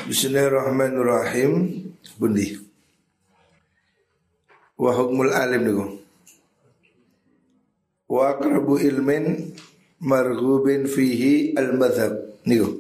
Bismillahirrahmanirrahim. Bundi. Wa hukmul alim niku. Wa aqrabu ilmin marghubin fihi al-madhab niku.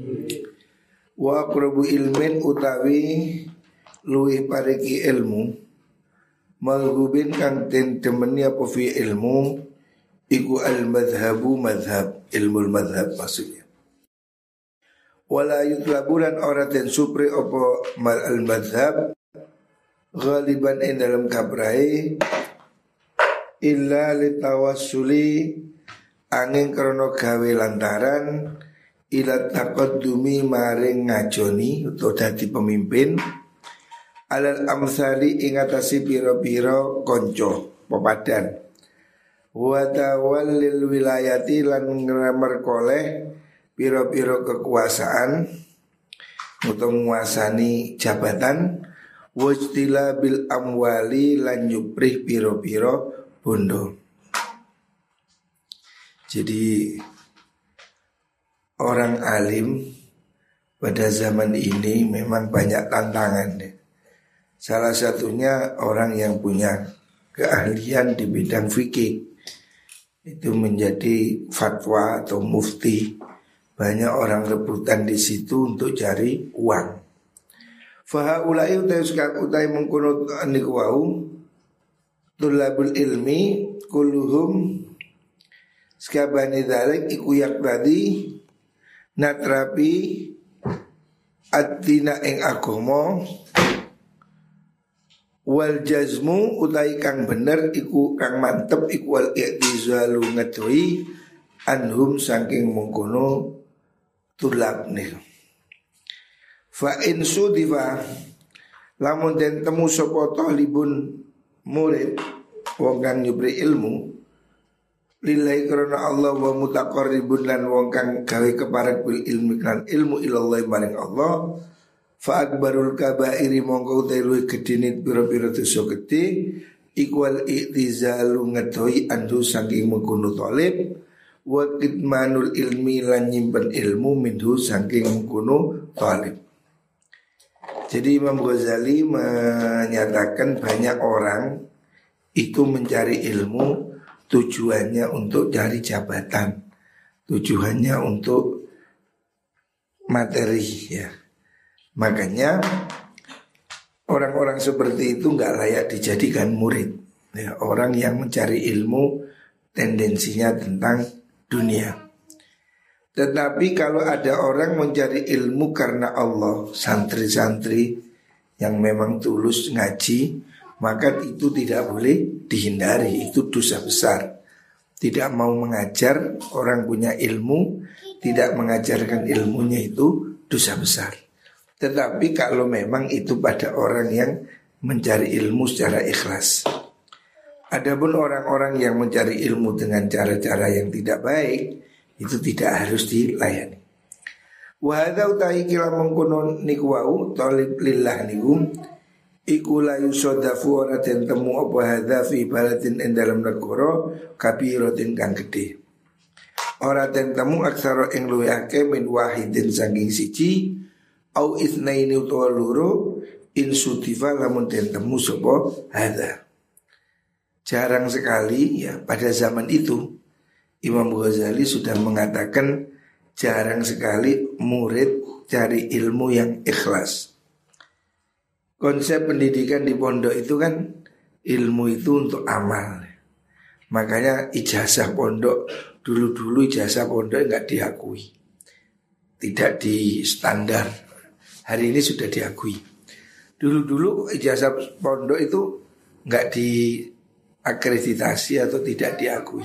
Wa aqrabu ilmin utawi luwih pareki ilmu marghubin kang den demeni apa fi ilmu iku al-madhhabu madhab, ilmu madhab maksudnya. Wala yutlabulan ora den supri apa al-madhab ghaliban ing dalam kabrai illa litawassuli angin krono gawe lantaran ila taqaddumi maring ngajoni utawa dadi pemimpin alal amsali ing atase pira-pira kanca pepadan wa tawallil wilayati lan ngremerkoleh pira-pira kekuasaan utawa nguasani jabatan wajtila bil amwali lan nyuprih piro-piro bondo. Jadi orang alim pada zaman ini memang banyak tantangan. Salah satunya orang yang punya keahlian di bidang fikih itu menjadi fatwa atau mufti. Banyak orang rebutan di situ untuk cari uang. Fahaulai utai mengkono niku wau tulabul ilmi kulluhum skabani dzalik iku yaqtadi natrapi ad-dina ing agama wal jazmu utai kang bener iku kang mantep iku wal i'tizalu ngedohi anhum saking mengkono tulab niku. Fa in sudifa lamun den temu sapa talibun murid wong kang nyupri ilmu lillahi karena Allah wa mutaqarribun lan wong kang gawe keparek bil ilmi kan ilmu ilallah maring Allah fa akbarul kabairi mongko te luwih gedene pira-pira dosa gedhe ikwal i'tizalu ngedohi andu saking mengkono talib wa kitmanul ilmi lan nyimpen ilmu minhu saking mengkono talib. Jadi Imam Ghazali menyatakan banyak orang itu mencari ilmu tujuannya untuk cari jabatan, tujuannya untuk materi ya. Makanya orang-orang seperti itu nggak layak dijadikan murid. Ya, orang yang mencari ilmu tendensinya tentang dunia. Tetapi kalau ada orang mencari ilmu karena Allah, santri-santri yang memang tulus ngaji, maka itu tidak boleh dihindari, itu dosa besar. Tidak mau mengajar orang punya ilmu, tidak mengajarkan ilmunya itu dosa besar. Tetapi kalau memang itu pada orang yang mencari ilmu secara ikhlas. Adapun orang-orang yang mencari ilmu dengan cara-cara yang tidak baik, itu tidak harus dilayani. Wa hadza utahi kila mengkono niku wau talib lillah niku iku la yusadafu ora den temu apa hadza fi baladin ing dalam negara kabiratin kang gedhe. Ora den temu aksara ing luwih akeh min wahidin saking siji au itsnaini utawa loro in sutifa lamun den temu sapa hadza. Jarang sekali ya pada zaman itu Imam Ghazali sudah mengatakan jarang sekali murid cari ilmu yang ikhlas. Konsep pendidikan di pondok itu kan ilmu itu untuk amal. Makanya ijazah pondok dulu-dulu ijazah pondok enggak diakui. Tidak di standar. Hari ini sudah diakui. Dulu-dulu ijazah pondok itu enggak diakreditasi atau tidak diakui.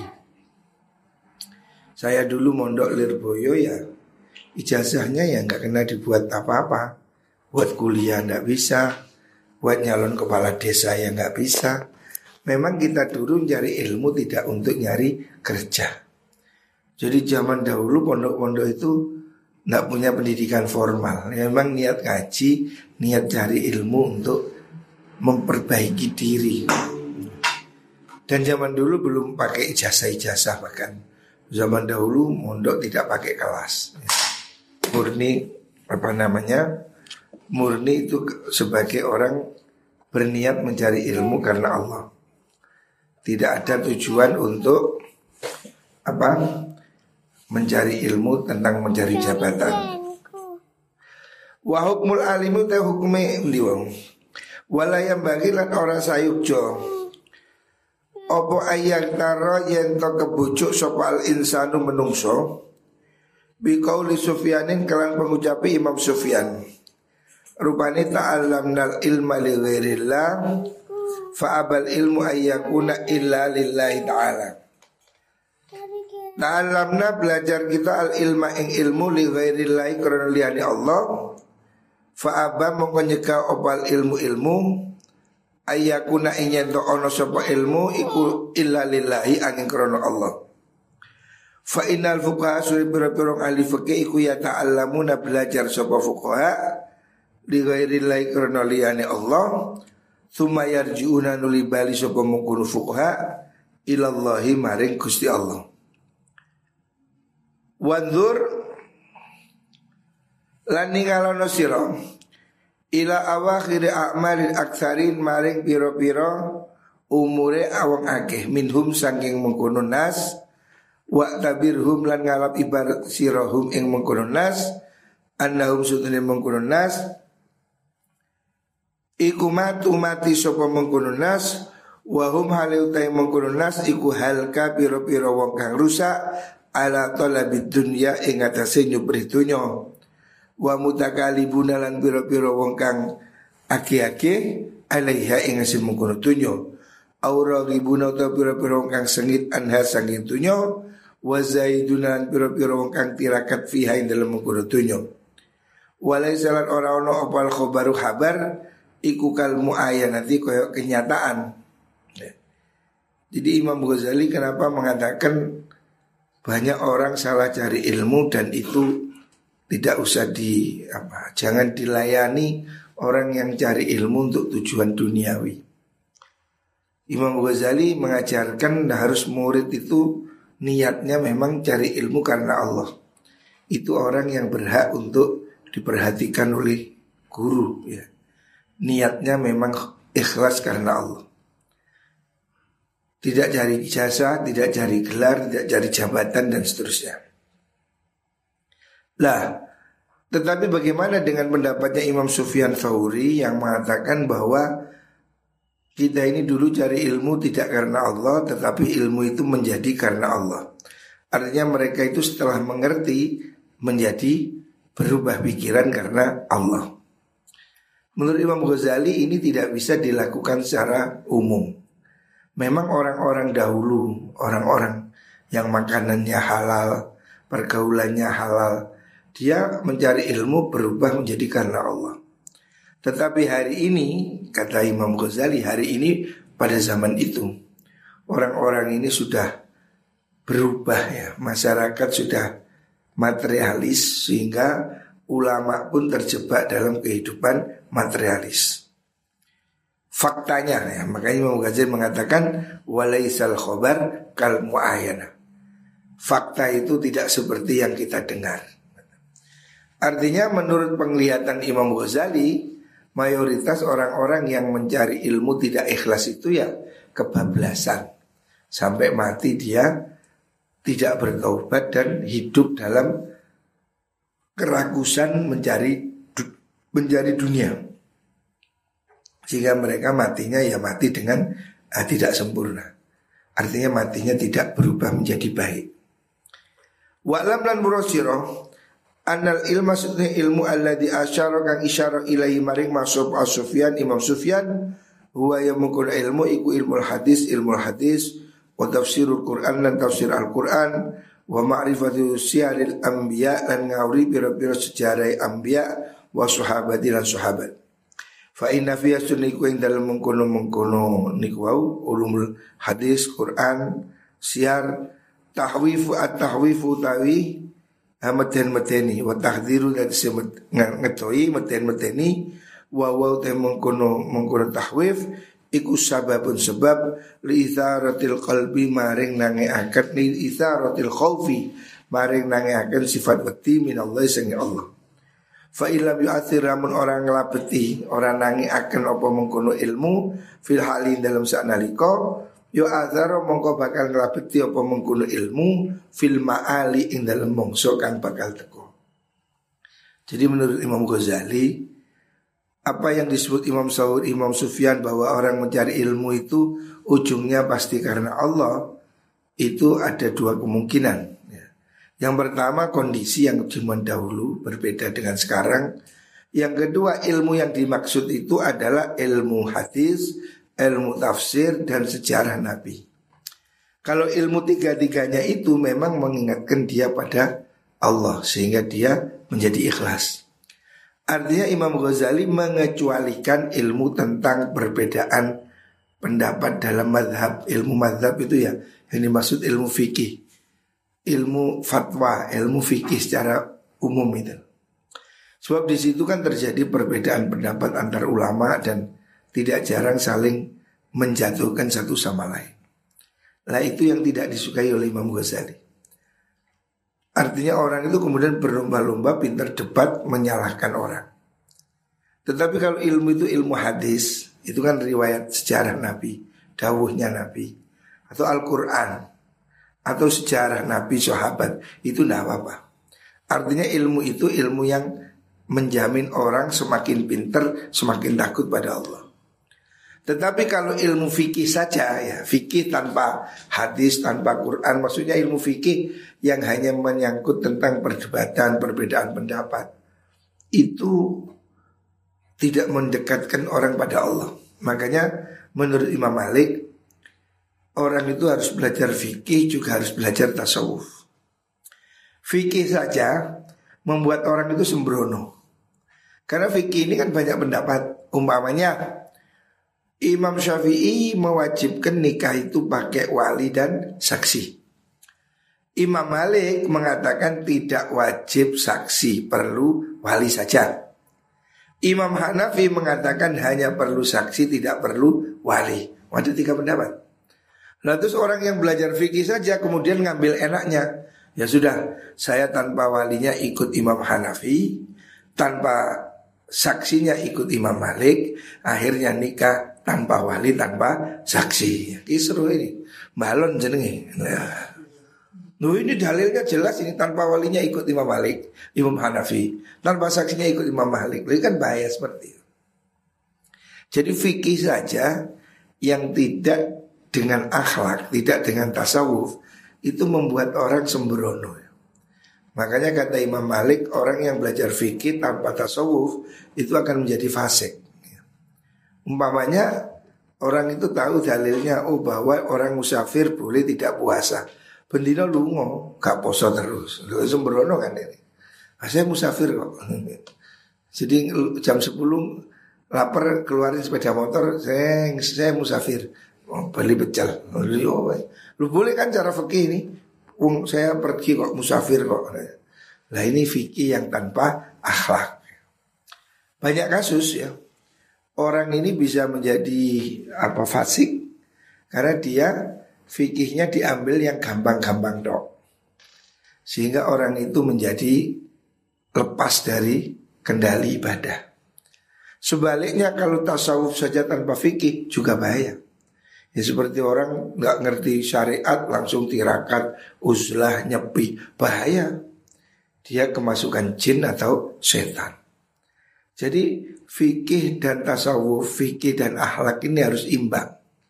Saya dulu mondok Lirboyo ya ijazahnya ya nggak kena dibuat apa-apa. Buat kuliah nggak bisa, buat nyalon kepala desa ya nggak bisa. Memang kita dulu cari ilmu tidak untuk nyari kerja. Jadi zaman dahulu pondok-pondok itu nggak punya pendidikan formal. Memang niat ngaji, niat cari ilmu untuk memperbaiki diri. Dan zaman dulu belum pakai ijazah-ijazah bahkan. Zaman dahulu mondok tidak pakai kelas, murni murni itu sebagai orang berniat mencari ilmu karena Allah. Tidak ada tujuan untuk mencari ilmu tentang mencari jabatan. Wa hukmul alimu ta hukume ndi wong. Wala yang bagilan orang sayukjo. Opo ayang taro yen to kebujuk sapa al insanu menungso. Bi qauli Sufyanin kelan pengucapi Imam Sufyan. Rupane ta'allamnal ilma li ghairillah fa abal ilmu ayyakuna illa lillahi ta'ala. Ta'allamna belajar kita al ilma ing ilmu li ghairillah karena liyane Allah. Fa aba mongko nyegah opal ilmu ayyakuna ing yen to ana sapa ilmu iku illa lillahi angin karena Allah. Fa innal fuqaha sura-sura ahli fikih iku ya ta'allamuna belajar sapa fuqaha li ghairillahi karena liyane Allah. Tsumma yarji'una nuli bali sapa mungkunu fuqaha ilallahi maring Gusti Allah. Wanzur lan ningalono sira ila awakhir a'malil aktsarin maring pira-pira umure awang akeh minhum saking mungkunu nas. Wa tabirhum lan ngalap ibarat sirahum ing mengkono nas annahum sutune mengkono nas iku mati sapa mengkono nas wa hum hale utai mengkono nas iku halka pira-pira wong kang rusak ala talabid dunya ing atase nyupri dunya wa mutakalibuna lan pira-pira wong kang aki-aki alaiha ing asih mengkono dunya aura ribuna ta pira-pira wong kang sengit anha sanging dunya wa zaidunan pira-pira wong kang tirakat fiha ing dalem mengkono dunya walaysa lan ora ono opal khabaru habar iku kal muayyanati koyo kenyataan. Jadi Imam Ghazali kenapa mengatakan banyak orang salah cari ilmu dan itu tidak usah jangan dilayani orang yang cari ilmu untuk tujuan duniawi. Imam Ghazali mengajarkan harus murid itu niatnya memang cari ilmu karena Allah. Itu orang yang berhak untuk diperhatikan oleh guru ya. Niatnya memang ikhlas karena Allah. Tidak cari ijazah, tidak cari gelar, tidak cari jabatan dan seterusnya. Lah, tetapi bagaimana dengan pendapatnya Imam Sufyan Tsauri yang mengatakan bahwa kita ini dulu cari ilmu tidak karena Allah, tetapi ilmu itu menjadi karena Allah. Artinya mereka itu setelah mengerti menjadi berubah pikiran karena Allah. Menurut Imam Ghazali ini tidak bisa dilakukan secara umum. Memang orang-orang dahulu, orang-orang yang makanannya halal, pergaulannya halal, dia mencari ilmu berubah menjadi karena Allah. Tetapi hari ini, kata Imam Ghazali, hari ini pada zaman itu orang-orang ini sudah berubah ya. Masyarakat sudah materialis sehingga ulama pun terjebak dalam kehidupan materialis. Faktanya ya, makanya Imam Ghazali mengatakan walaisal khobar kal muayyana. Fakta itu tidak seperti yang kita dengar. Artinya menurut penglihatan Imam Ghazali, mayoritas orang-orang yang mencari ilmu tidak ikhlas itu ya kebablasan. Sampai mati dia tidak bertaubat dan hidup dalam kerakusan mencari dunia. Sehingga mereka matinya ya mati dengan tidak sempurna. Artinya matinya tidak berubah menjadi baik. Wa'lam lan murasirah annal ilma maksudnya ilmu alladhi asyara kang isyara ilahi maring masuk Sufyan Imam Sufyan huwa yang mengkul ilmu iku ilmu hadis wa tafsirul Quran dan tafsir Al-Quran wa ma'rifatu siyaril anbiya dan ngawri pira-pira sejarah anbiya wa sahabati lan sahabat. Fa inna fi sunniku ing dalem mengkono niku wau ulumul hadis Quran siyar tahwifu at-tahwifu tawi meten-meteni wa tahdhiru dan ngetoi meten-meteni wa te mengkono tahwif iku sababun sebab li itharatil qalbi maring nangeaken li itharatil khaufi maring nangeaken sifat wedi minallahi sange Allah. Fa illam yu'athir ramun orang nglabeti, orang nangi akan apa mengkono ilmu fil halin dalam sanalika yu'athar mongko bakal nglabeti apa mengkono ilmu fil ma'ali ing dalam mongso kang bakal teko. Jadi menurut Imam Ghazali, apa yang disebut Imam Sa'ud, Imam Sufyan bahwa orang mencari ilmu itu ujungnya pasti karena Allah, itu ada dua kemungkinan. Yang pertama kondisi yang zaman dahulu berbeda dengan sekarang. Yang kedua ilmu yang dimaksud itu adalah ilmu hadis, ilmu tafsir dan sejarah Nabi. Kalau ilmu tiga-tiganya itu memang mengingatkan dia pada Allah sehingga dia menjadi ikhlas. Artinya Imam Ghazali mengecualikan ilmu tentang perbedaan pendapat dalam mazhab. Ilmu mazhab itu ya yang dimaksud ilmu fikih, ilmu fatwa, ilmu fikih secara umum itu. Sebab di situ kan terjadi perbedaan pendapat antar ulama dan tidak jarang saling menjatuhkan satu sama lain. Nah itu yang tidak disukai oleh Imam Ghazali. Artinya orang itu kemudian berlomba-lomba pintar debat menyalahkan orang. Tetapi kalau ilmu itu ilmu hadis, itu kan riwayat sejarah Nabi, dawuhnya Nabi, atau Al-Quran, atau sejarah Nabi sahabat, itu tidak apa-apa. Artinya ilmu itu ilmu yang menjamin orang semakin pintar, semakin takut pada Allah. Tetapi kalau ilmu fikih saja ya, fikih tanpa hadis, tanpa Quran, maksudnya ilmu fikih yang hanya menyangkut tentang perdebatan, perbedaan pendapat, itu tidak mendekatkan orang pada Allah. Makanya menurut Imam Malik, orang itu harus belajar fikih juga harus belajar tasawuf. Fikih saja membuat orang itu sembrono. Karena fikih ini kan banyak pendapat. Umpamanya Imam Syafi'i mewajibkan nikah itu pakai wali dan saksi. Imam Malik mengatakan tidak wajib saksi, perlu wali saja. Imam Hanafi mengatakan hanya perlu saksi, tidak perlu wali. Ada 3 pendapat. Nah terus orang yang belajar fikih saja kemudian ngambil enaknya. Ya sudah, saya tanpa walinya ikut Imam Hanafi, tanpa saksinya ikut Imam Malik, akhirnya nikah tanpa wali, tanpa saksi. Kisru ini, balon jenenge. Ini dalilnya jelas ini, tanpa walinya ikut Imam Malik, Imam Hanafi, tanpa saksinya ikut Imam Malik. Ini kan bahaya seperti itu. Jadi fikih saja yang tidak dengan akhlak, tidak dengan tasawuf, itu membuat orang sembrono. Makanya kata Imam Malik, orang yang belajar fikih tanpa tasawuf itu akan menjadi fasik. Umpamanya orang itu tahu dalilnya, oh bahwa orang musafir boleh tidak puasa. Bendino lungo, gak poso terus. Sembrono kan ini. Saya musafir kok. Jadi jam 10 lapar keluarin sepeda motor, saya musafir. Oh, beli pecel. Lu boleh kan cara fikih ini? Saya pergi kok, musafir kok. Nah ini fikih yang tanpa akhlak. Banyak kasus ya. Orang ini bisa menjadi fasik karena dia fikihnya diambil yang gampang-gampang dok. Sehingga orang itu menjadi lepas dari kendali ibadah. Sebaliknya kalau tasawuf saja tanpa fikih juga bahaya. Ya seperti orang nggak ngerti syariat langsung tirakat, uzlah, nyepi, bahaya. Dia kemasukan jin atau setan. Jadi fikih dan tasawuf, fikih dan akhlak ini harus imbang.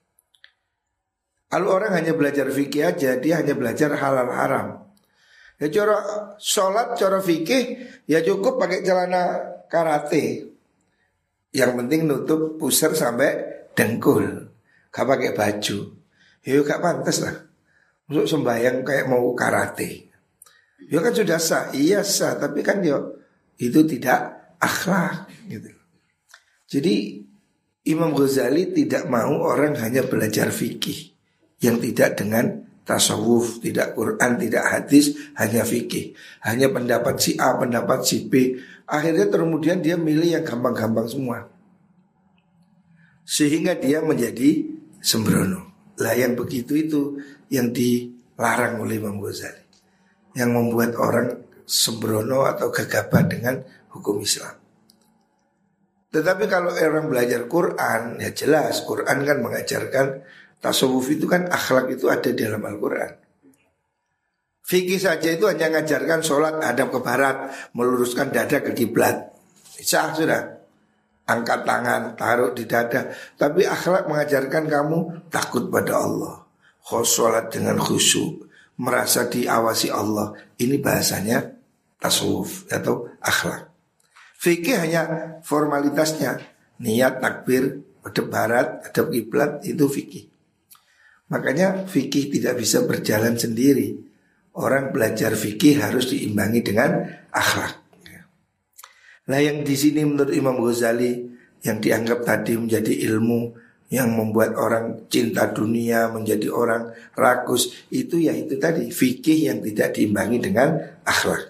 Kalau orang hanya belajar fikih aja, dia hanya belajar halal haram. Ya cara sholat, cara fikih, ya cukup pakai celana karate. Yang penting nutup pusar sampai dengkul. Gak pakai baju. Ya gak pantas lah. Untuk sembahyang kayak mau karate. Ya kan sudah sah, iya sah, tapi kan itu tidak akhlak gitu. Jadi Imam Ghazali tidak mau orang hanya belajar fikih yang tidak dengan tasawuf, tidak Quran, tidak hadis, hanya fikih, hanya pendapat si A, pendapat si B. Akhirnya kemudian dia milih yang gampang-gampang semua, sehingga dia menjadi sembrono. Lah yang begitu itu yang dilarang oleh Imam Ghazali, yang membuat orang sembrono atau gegabah dengan hukum Islam. Tetapi kalau orang belajar Quran, ya jelas Quran kan mengajarkan tasawuf itu kan akhlak itu ada di dalam Al-Quran. Fikih saja itu hanya mengajarkan sholat hadap ke barat, meluruskan dada ke kiblat. Sah sudah. Angkat tangan, taruh di dada. Tapi akhlak mengajarkan kamu takut pada Allah, sholat dengan khusyuk, merasa diawasi Allah. Ini bahasanya tasawuf atau akhlak. Fikih hanya formalitasnya, niat, takbir, hadap barat, hadap kiblat, itu fikih. Makanya fikih tidak bisa berjalan sendiri. Orang belajar fikih harus diimbangi dengan akhlak. Nah yang di sini menurut Imam Ghazali yang dianggap tadi menjadi ilmu yang membuat orang cinta dunia, menjadi orang rakus, itu ya itu tadi fikih yang tidak diimbangi dengan akhlak.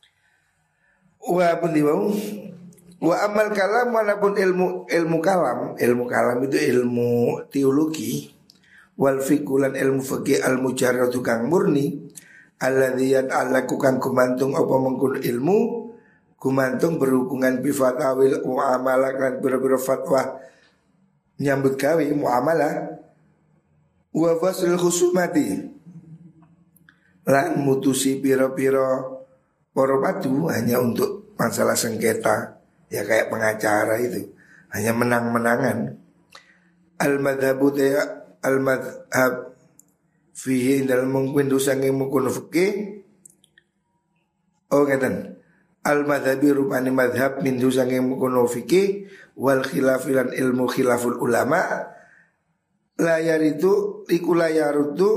Wa pendiwau wa amal kalam walaupun ilmu kalam itu ilmu teologi, wal fikulan ilmu fikih al mujarradu kang murni, alladzi yata'allaqu kang gumantung apa mengkun ilmu gumantung berhubungan bi fatawil muamalah kan biro-biro fatwa nyambut gawe muamalah wa faslul khusumati lan mutusi piro-piro poro padu hanya untuk masalah sengketa, ya kayak pengacara itu hanya menang-menangan. Al-madhabu al-madhab fihi dalam mengwindu sange mukun fikih. Oh ngeten. Al-madhabi rupani madhab min sange mukun fikih wal khilafilan ilmu khilaful ulama layar itu ikulayar itu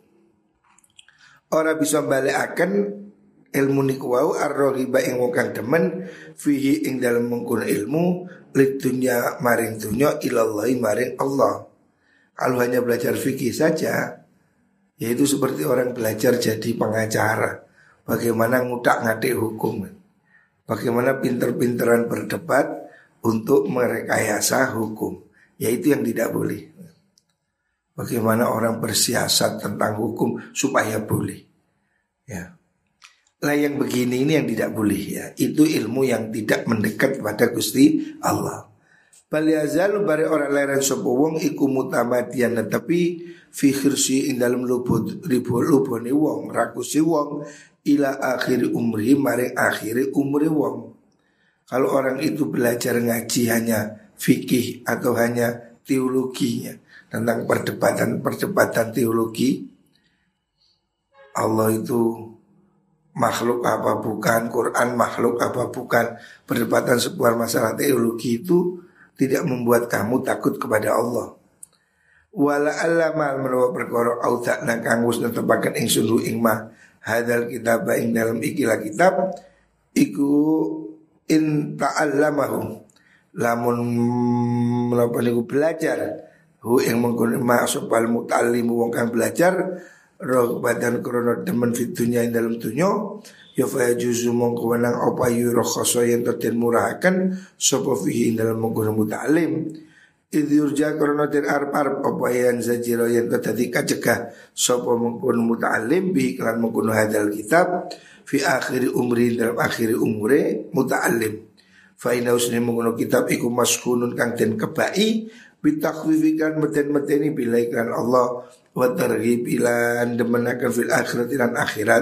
ora bisa balekaken ilmu niku wau ar-raghiba ing wong kang demen fihi ing dalam mengkun ilmu lidunya maring dunya ilallahi maring Allah. Kalau hanya belajar fikih saja, yaitu seperti orang belajar jadi pengacara, bagaimana ngutak-ngatik hukum, bagaimana pinter-pinteran berdebat untuk merekayasa hukum, yaitu yang tidak boleh. Bagaimana orang bersiasat tentang hukum supaya boleh, ya. Lah yang begini ini yang tidak boleh, ya. Itu ilmu yang tidak mendekat pada Gusti Allah. Bal yazalu bare ora leren sapa wong iku mutamadian tapi fi khirsi ing dalem lubone wong rakusi wong ila akhir umri maring akhir umri wong. Kalau orang itu belajar ngaji hanya fikih atau hanya teologinya tentang perdebatan teologi, Allah itu makhluk apa bukan, Quran makhluk apa bukan, perdebatan sebuah masalah teologi itu tidak membuat kamu takut kepada Allah. Wala allamal menawa perkara au takna kang wis netepaken ingsun ing mah hadal kitab ing dalam ikilah kitab iku in ta'allamahu lamun menapa niku belajar hu ing mengkon ma supal muta'allim wong kang belajar rogbatan krono demen fit dunya ing dalam dunya ya fa juzu mongko wenang apa yura khoso yen den murahaken sapa fihi ing dalam mengkon muta'allim idyurja krono den arep-arep apa yen zajira yen dadi kacegah sapa mengkon muta'allim bi iklan mengkon hadal kitab fi akhir umri dalam akhir umure muta'allim fa inna usni mengkon kitab iku maskunun kang den kebai bitakhwifikan meten-meteni bila iklan Allah wa targhib ilan demenaken fil akhirat lan akhirat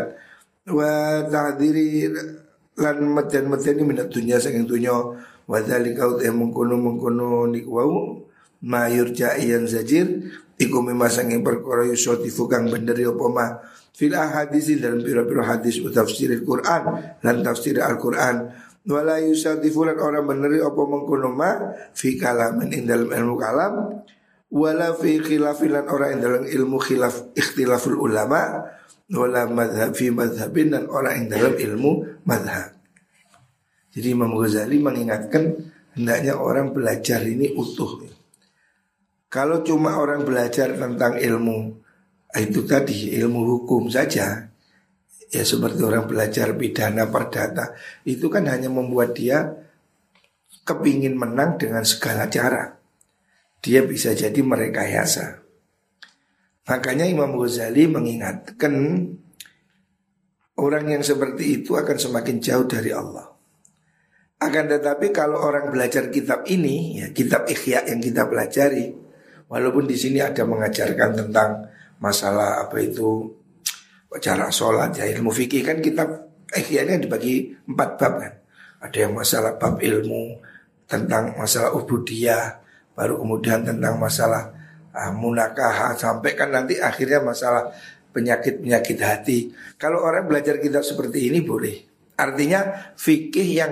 wa ta'dhiri lan meten-meteni minat dunya saking dunya wa dzalika mengkono niku wau mayur ja'iyan zajir iku memasangin perkara yusotifu kang bener apa mah fil ahadits dalam pira-pira hadis tafsir Al-Qur'an lan tafsir Al-Qur'an wala yusadifu lan orang bener apa mengkono ma fi kalamin ing dalam ilmu kalam wala fi khilafilan orang ing dalam ilmu khilaf ikhtilaful ulama wala madhab fi madhabin dan orang ing dalam ilmu madhab. Jadi Imam Ghazali mengingatkan hendaknya orang belajar ini utuh. Kalau cuma orang belajar tentang ilmu itu tadi ilmu hukum saja, ya seperti orang belajar pidana perdata, itu kan hanya membuat dia kepingin menang dengan segala cara. Dia bisa jadi merekayasa. Makanya Imam Ghazali mengingatkan orang yang seperti itu akan semakin jauh dari Allah. Akan tetapi kalau orang belajar kitab ini, ya kitab Ihya yang kita pelajari, walaupun di sini ada mengajarkan tentang masalah apa itu cara sholat, ya ilmu fikih kan kitab Ihya ini dibagi 4 bab kan. Ada yang masalah bab ilmu tentang masalah ubudiyah, baru kemudian tentang masalah munakahah, sampai kan nanti akhirnya masalah penyakit-penyakit hati. Kalau orang belajar kitab seperti ini boleh. Artinya fikih yang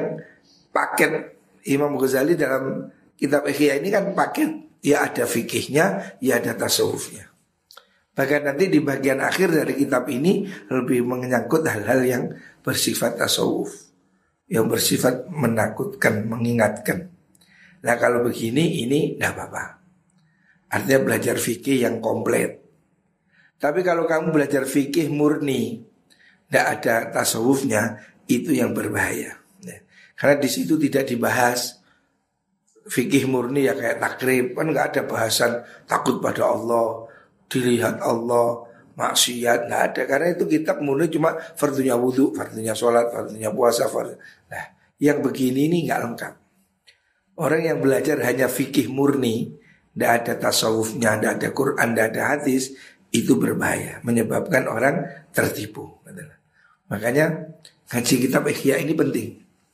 paket Imam Ghazali dalam kitab Ihya ini kan paket. Ya ada fikihnya, ya ada tasawufnya. Bahkan nanti di bagian akhir dari kitab ini lebih menyangkut hal-hal yang bersifat tasawuf, yang bersifat menakutkan, mengingatkan. Nah kalau begini ini tidak apa-apa. Artinya belajar fikih yang komplit. Tapi kalau kamu belajar fikih murni, tidak ada tasawufnya, itu yang berbahaya. Karena di situ tidak dibahas fikih murni ya kayak takrib, kan nggak ada bahasan takut pada Allah, dilihat Allah, maksiat, nggak ada. Karena itu kitab murni cuma fardunya wudhu, fardunya sholat, fardunya puasa, fardu. Nah, yang begini ini nggak lengkap. Orang yang belajar hanya fikih murni, tidak ada tasawufnya, tidak ada Quran, tidak ada hadis, itu berbahaya, menyebabkan orang tertipu. Makanya ngaji kitab Ihya ini penting.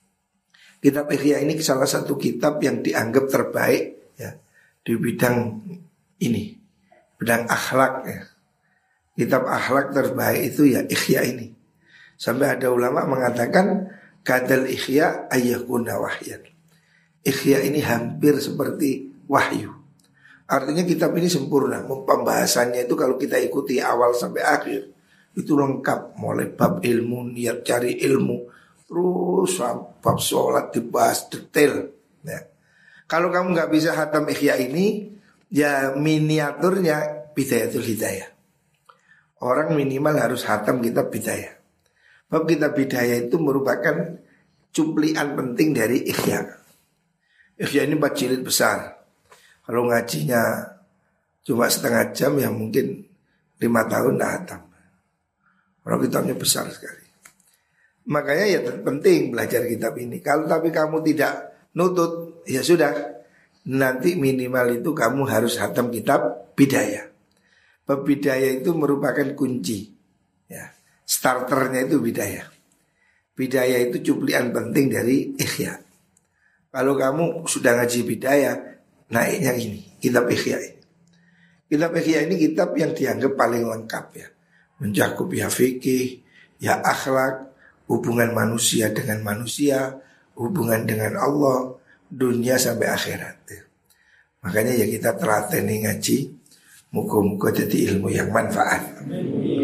Kitab Ihya ini salah satu kitab yang dianggap terbaik ya di bidang ini, bidang akhlak ya. Kitab akhlak terbaik itu ya Ihya ini. Sampai ada ulama mengatakan kadal Ihya ayyakuna wahyan. Ihya ini hampir seperti wahyu. Artinya kitab ini sempurna. Pembahasannya itu kalau kita ikuti awal sampai akhir itu lengkap. Mulai bab ilmu, niat cari ilmu, terus bab sholat dibahas detail ya. Kalau kamu nggak bisa hatam Ihya ini, ya miniaturnya Bidayatul Hidayah. Orang minimal harus hatam kitab Bidayah. Bab kitab Bidayah itu merupakan cuplian penting dari Ihya. Ihya ini 4 jilid besar. Kalau ngajinya cuma setengah jam ya mungkin 5 tahun dah hatam. Kalau kitabnya besar sekali. Makanya ya penting belajar kitab ini. Kalau tapi kamu tidak nutut, ya sudah. Nanti minimal itu kamu harus hatam kitab Bidayah. Bab Bidayah itu merupakan kunci. Ya, starternya itu Bidayah. Bidayah itu cuplian penting dari Ihya. Kalau kamu sudah ngaji Bidayah, naiknya ini, kitab Ihya ini. Kitab Ihya ini kitab yang dianggap paling lengkap ya. Mencakup ya fikih, ya akhlak, hubungan manusia dengan manusia, hubungan dengan Allah, dunia sampai akhirat ya. Makanya ya kita telateni ngaji, muka-muka jadi ilmu yang manfaat.